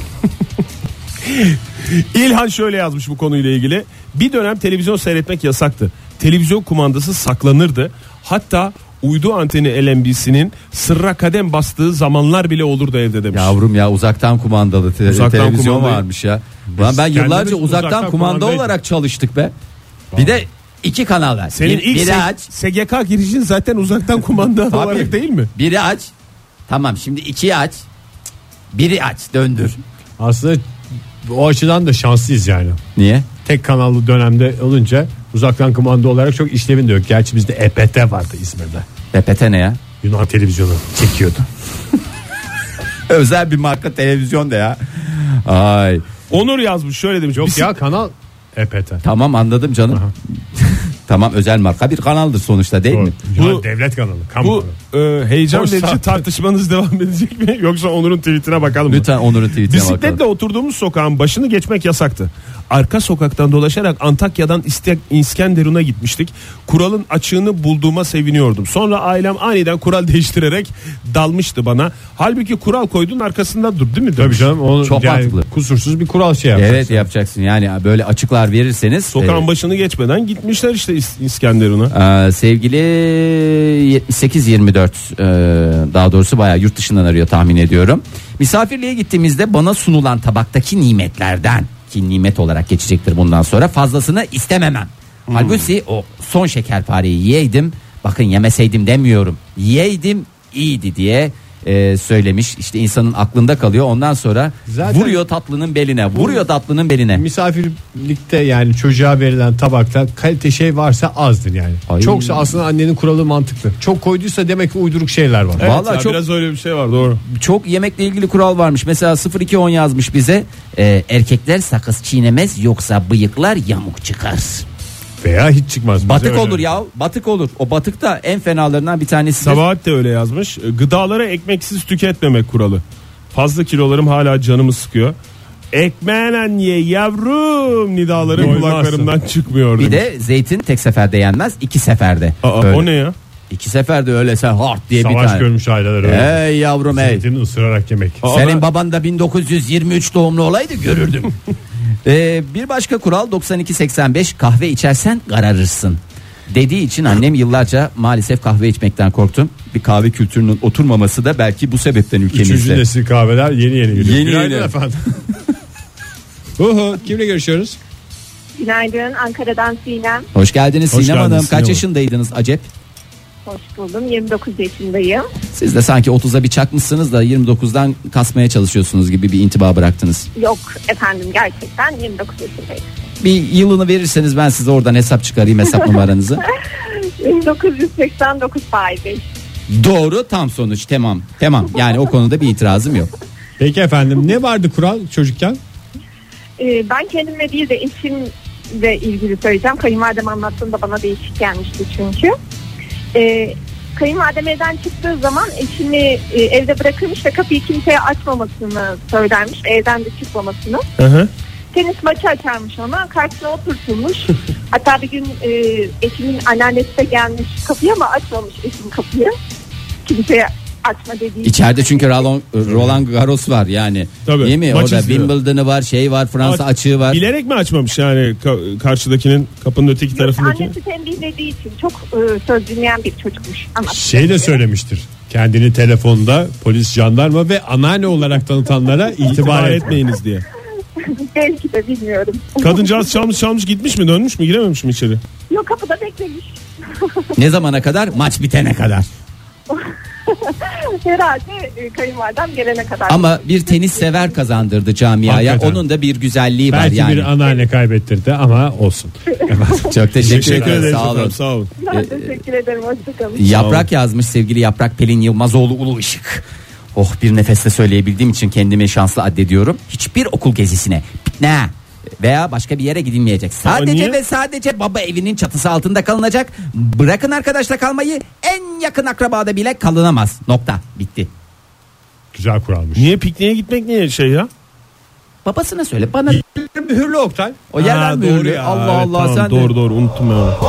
İlhan şöyle yazmış bu konuyla ilgili. Bir dönem televizyon seyretmek yasaktı. Televizyon kumandası saklanırdı. Hatta uydu anteni L M B'sinin sırra kadem bastığı zamanlar bile olurdu evde demiş. Yavrum ya, uzaktan kumandalı te- Uzaktan televizyon kumandayı- varmış ya. Ben, ben yıllarca kendimiz uzaktan, uzaktan kumanda kumandaydı. olarak çalıştık be. Bir de iki kanal var. Senin Bir- ilk biri se- aç, S G K girişin zaten uzaktan kumanda Tabii. olarak değil mi? biri aç. Tamam, şimdi ikiyi aç. Biri aç, döndür. Aslında o açıdan da şanslıyız yani. Niye? Tek kanallı dönemde olunca uzaktan kumanda olarak çok işlevin de yok. Gerçi bizde E P T vardı İzmir'de. E P T ne ya? Yunan televizyonu çekiyordu. Özel bir marka televizyon da ya. Ay. Onur yazmış şöyle demiş. Yok Bisik- ya, kanal E P T. Tamam, anladım canım. Tamam, özel marka bir kanaldır sonuçta, değil Doğru. mi? Yunan Bu- devlet kanalı. Kamu Bu kanalı. e, heyecan Hoş verici saat. tartışmanız devam edecek mi? Yoksa Onur'un tweetine bakalım mı? Lütfen Onur'un tweetine Bisikletle bakalım. oturduğumuz sokağın başını geçmek yasaktı. Arka sokaktan dolaşarak Antakya'dan İste- İskenderun'a gitmiştik. Kuralın açığını bulduğuma seviniyordum. Sonra ailem aniden kural değiştirerek dalmıştı bana. Halbuki kural koydun arkasında dur, değil mi? Tabii canım. Onu Çok yani mantıklı. kusursuz bir kural şey yapar. Evet, yapacaksın yani, böyle açıklar verirseniz. Sokağın e, başını geçmeden gitmişler işte İs- İskenderun'a. Ee, sevgili yetmiş sekiz yirmi dört, e, daha doğrusu bayağı yurt dışından arıyor tahmin ediyorum. Misafirliğe gittiğimizde bana sunulan tabaktaki nimetlerden, ki nimet olarak geçecektir bundan sonra, fazlasını istememem. Hmm. Halbuki o son şekerpareyi yiyeydim, bakın yemeseydim demiyorum, yiyeydim iyiydi diye e, söylemiş. İşte insanın aklında kalıyor. Ondan sonra Zaten vuruyor tatlının beline. Vuruyor tatlının beline. Misafirlikte yani çocuğa verilen tabakta kalite şey varsa azdır yani. Ay. Çoksa aslında annenin kuralı mantıklı. Çok koyduysa demek ki uyduruk şeyler var. Evet, Vallahi ya, çok- biraz öyle bir şey var, doğru. Çok yemekle ilgili kural varmış. Mesela sıfır iki on yazmış bize. E, erkekler sakız çiğnemez yoksa bıyıklar yamuk çıkar. Veya hiç çıkmaz. Bize Batık öyle. olur ya. Batık olur. O batık da en fenalarından bir tanesi. Sabahat de öyle yazmış. Gıdaları ekmeksiz tüketmemek kuralı. Fazla kilolarım hala canımı sıkıyor. Ekmeğen ye yavrum nidaları Doymazsın. kulaklarımdan çıkmıyor Bir demiş. de zeytin tek seferde yenmez, iki seferde. Aa, Öyle. o ne ya? İki seferde öyle sen hard diye bir Savaş tane. görmüş aileler öyle. Ey yavrum ey. Zeytini ısırarak yemek. Aa, Senin ben- baban da bin dokuz yüz yirmi üç doğumlu olaydı görürdüm. ee, bir başka kural doksan iki seksen beş kahve içersen kararırsın. Dediği için annem yıllarca maalesef kahve içmekten korktum. Bir kahve kültürünün oturmaması da belki bu sebepten Üçüncü ülkemizde. nesil kahveler yeni yeni geliyor. Yeni Günaydın yeni. efendim. Uhu, kimle görüşüyoruz? Günaydın, Ankara'dan Sinem. Hoş geldiniz Hoş Sinem geldiniz Hanım. Sinem Kaç Hanım. yaşındaydınız acep? Hoş buldum, yirmi dokuz yaşındayım. Siz de sanki otuza bir çakmışsınız da yirmi dokuzdan kasmaya çalışıyorsunuz gibi bir intiba bıraktınız. Yok efendim, gerçekten yirmi dokuz yaşındayım. Bir yılını verirseniz ben size oradan hesap çıkarayım, hesap numaranızı. bin dokuz yüz seksen dokuz faizi. Doğru, tam sonuç, tamam tamam yani o konuda bir itirazım yok. Peki efendim, ne vardı kural çocukken? Ee, ben kendimle değil de eşimle ilgili söyleyeceğim. Kayınvalidem anlattığında bana değişik gelmişti çünkü. Ee, kayınvalidem evden çıktığı zaman eşini e, evde bırakırmış ve kapıyı kimseye açmamasını söylermiş. Evden de çıkmamasını. Hı hı. Tenis maçı açarmış ona. Karşısına oturtulmuş. Hatta bir gün e, eşimin anneannesi de gelmiş kapıya ama açmamış eşim kapıyı. Kimseye açma dediği. İçeride çünkü Roland, Roland Garros var yani. Tabii, Değil mi? maç Orada izliyor. Wimbledon'ı var, şey var, Fransa Aç- açığı var. Bilerek mi açmamış yani ka- karşıdakinin kapının öteki tarafındaki? Annesi tembihlediği için çok e, söz dinleyen bir çocukmuş. Şey de söylemiştir. Kendini telefonda polis, jandarma ve anneanne olarak tanıtanlara itibar İtibar etmeyin. etmeyiniz diye. Belki de bilmiyorum. Kadıncağız çalmış çalmış gitmiş mi, dönmüş mü, girememiş mi içeri? Yok, kapıda beklemiş. Ne zamana kadar? Maç bitene kadar. Herhalde e, kayınvalidem gelene kadar. Ama bir tenis sever kazandırdı camiaya. Hakikaten. Onun da bir güzelliği var Belki yani. bir anneanne kaybettirdi ama olsun. Çok teşekkür, Teşekkür ederim. ederiz Sağ olun. efendim, sağ olun. Ben teşekkür ederim. Hoşçakalın. Yaprak yazmış sevgili Yaprak Pelin Yılmazoğlu Ulu Işık. Oh, bir nefeste söyleyebildiğim için kendimi şanslı addediyorum. Hiçbir okul gezisine, pikniğe veya başka bir yere gidilmeyecek. Sadece niye? ve sadece baba evinin çatısı altında kalınacak. Bırakın arkadaşla kalmayı, en yakın akrabada bile kalınamaz. Nokta. Bitti. Güzel kuralmış. Niye pikniğe gitmek niye şey ya? Babasına söyle, bana Mühürlü Oktay. o yerler Ha, mi doğru mühürlü? ya, Allah evet, Allah, tamam, sen doğru de. doğru unuttum ben onu.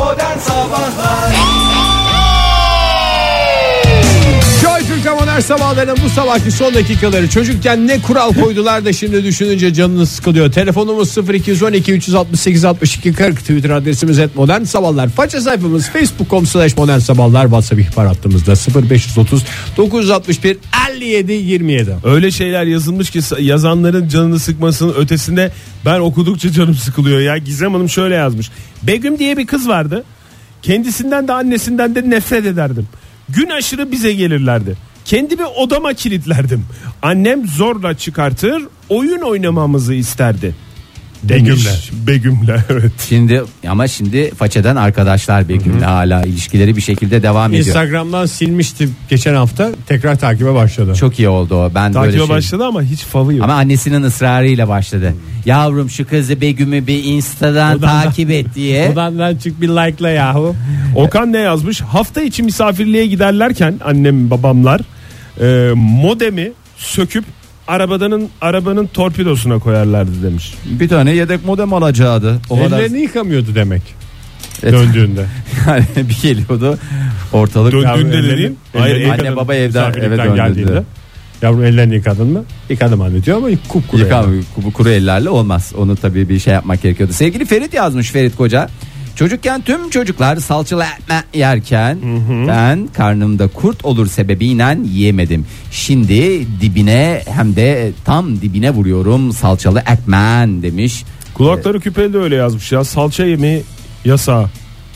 Joy Türk'te modern sabahların bu sabahki son dakikaları. Çocukken ne kural koydular da şimdi düşününce canınız sıkılıyor. Telefonumuz sıfır iki on iki üç altı sekiz altmış iki kırk, Twitter adresimiz et modern sabahlar. Faça sayfamız facebook nokta com slash modern sabahlar. WhatsApp ihbar hattımızda sıfır beş otuz dokuz altmış bir elli yedi yirmi yedi. Öyle şeyler yazılmış ki yazanların canını sıkmasının ötesinde ben okudukça canım sıkılıyor ya. Gizem Hanım şöyle yazmış. Begüm diye bir kız vardı. Kendisinden de annesinden de nefret ederdim. Gün aşırı bize gelirlerdi. Kendimi odama kilitlerdim. Annem zorla çıkartır, oyun oynamamızı isterdi. Begüm'le. Begüm'le evet. Şimdi ama şimdi façeden arkadaşlar Begüm'le hala ilişkileri bir şekilde devam ediyor. Instagram'dan silmişti geçen hafta, tekrar takibe başladı. Çok iyi oldu o. Ben böyle Takibe şey... başladı ama hiç favı yok. Ama annesinin ısrarıyla başladı. Yavrum şu kızı Begüm'ü bir Insta'dan Odan da- takip et diye. Odandan çık bir like'la yahu. Okan ne yazmış? Hafta içi misafirliğe giderlerken annem babamlar e, modemi söküp arabanın arabanın torpidosuna koyarlardı demiş. Bir tane yedek modem alacaktı. O kadar. Ellerini yıkamıyordu demek Evet. döndüğünde. Yani bir geliyordu ortalık. Döndüğünde Yavrum, dediğin, ellerini- hayır, ellerini anne yıkadın. baba evden Misafirlikten eve döndü. geldiğinde, yavrum ellerini yıkadın mı? Yıkadım anne diyor ama kupkuru. Yıkan bu kuru ellerle olmaz. Onu tabii bir şey yapmak gerekiyordu. Sevgili Ferit yazmış, Ferit Koca. Çocukken tüm çocuklar salçalı ekmek yerken ben karnımda kurt olur sebebiyle yiyemedim. Şimdi dibine hem de tam dibine vuruyorum salçalı ekmeğin demiş. Kulakları küpeli de öyle yazmış ya. Salça yemeği yasağı.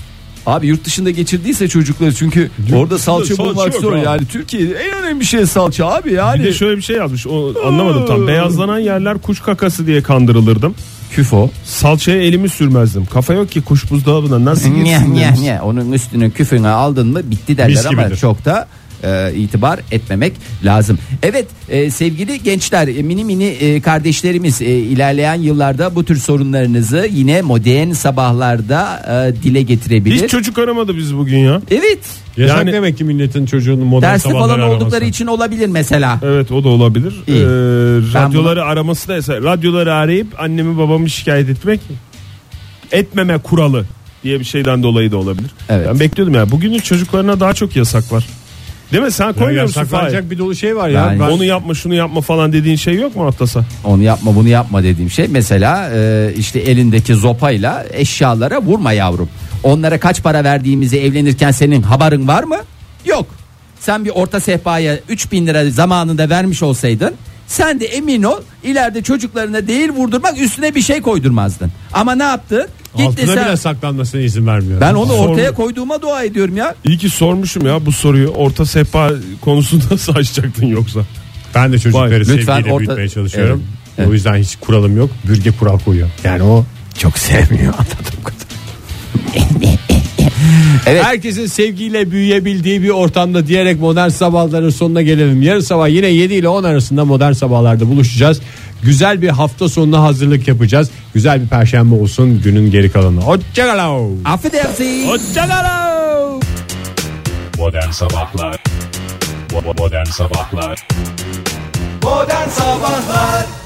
Abi yurt dışında geçirdiyse çocukları çünkü orada salça salça bulmak yok zor abi. yani. Türkiye'de en önemli şey salça abi yani. Bir de şöyle bir şey yazmış. O anlamadım tam. Beyazlanan yerler kuş kakası diye kandırılırdım. Küfo. Salçaya elimi sürmezdim. Kafa yok ki kuş buzdolabına nasıl Nye, girsin? nye, nye. Onun üstünün küfünü aldın mı bitti derler Mis ama gibidir. çok da e, itibar etmemek lazım. Evet e, sevgili gençler, e, mini mini e, kardeşlerimiz, e, ilerleyen yıllarda bu tür sorunlarınızı yine modern sabahlarda e, dile getirebilir. Hiç çocuk aramadı biz bugün ya. Evet. Yasak Yani- demek ki milletin çocuğunun modern Derste sabahları falan araması. oldukları için olabilir mesela. Evet o da olabilir. İyi. Ee, Ben radyoları araması da ise radyoları arayıp annemi babamı şikayet etmek etmeme kuralı diye bir şeyden dolayı da olabilir. Evet. Ben bekliyordum ya. Bugünün çocuklarına daha çok yasak var. Değil mi? Sen Ya koymuyor musun? Fahir? yasaklanacak bir dolu şey var ya. Yani- Ben- Onu yapma şunu yapma falan dediğin şey yok mu Atlasa? Onu yapma bunu yapma dediğim şey mesela e, işte elindeki zopayla eşyalara vurma yavrum. Onlara kaç para verdiğimizi evlenirken senin haberin var mı? Yok. Sen bir orta sehpaya üç bin lira zamanında vermiş olsaydın sen de emin ol ileride çocuklarına değil vurdurmak üstüne bir şey koydurmazdın. Ama ne yaptın? Gitti Altına sen- bile saklanmasına izin vermiyor. Ben onu Sorun- ortaya koyduğuma dua ediyorum ya. İyi ki sormuşum ya bu soruyu. Orta sehpa konusunda nasıl açacaktın yoksa? Ben de çocukları Vay, lütfen sevgiyle orta- büyütmeye çalışıyorum. Evet, O yüzden hiç kuralım yok. Bürge kural koyuyor. Yani o çok sevmiyor anladığım kadar. Evet. Herkesin sevgiyle büyüyebildiği bir ortamda diyerek modern sabahların sonuna gelelim. Yarın sabah yine yedi ile on arasında modern sabahlarda buluşacağız. Güzel bir hafta sonuna hazırlık yapacağız. Güzel bir perşembe olsun günün geri kalanı. Hoşçakalın. Affedersin. Hoşçakalın. Modern Sabahlar Bo- Modern Sabahlar Modern sabahlar.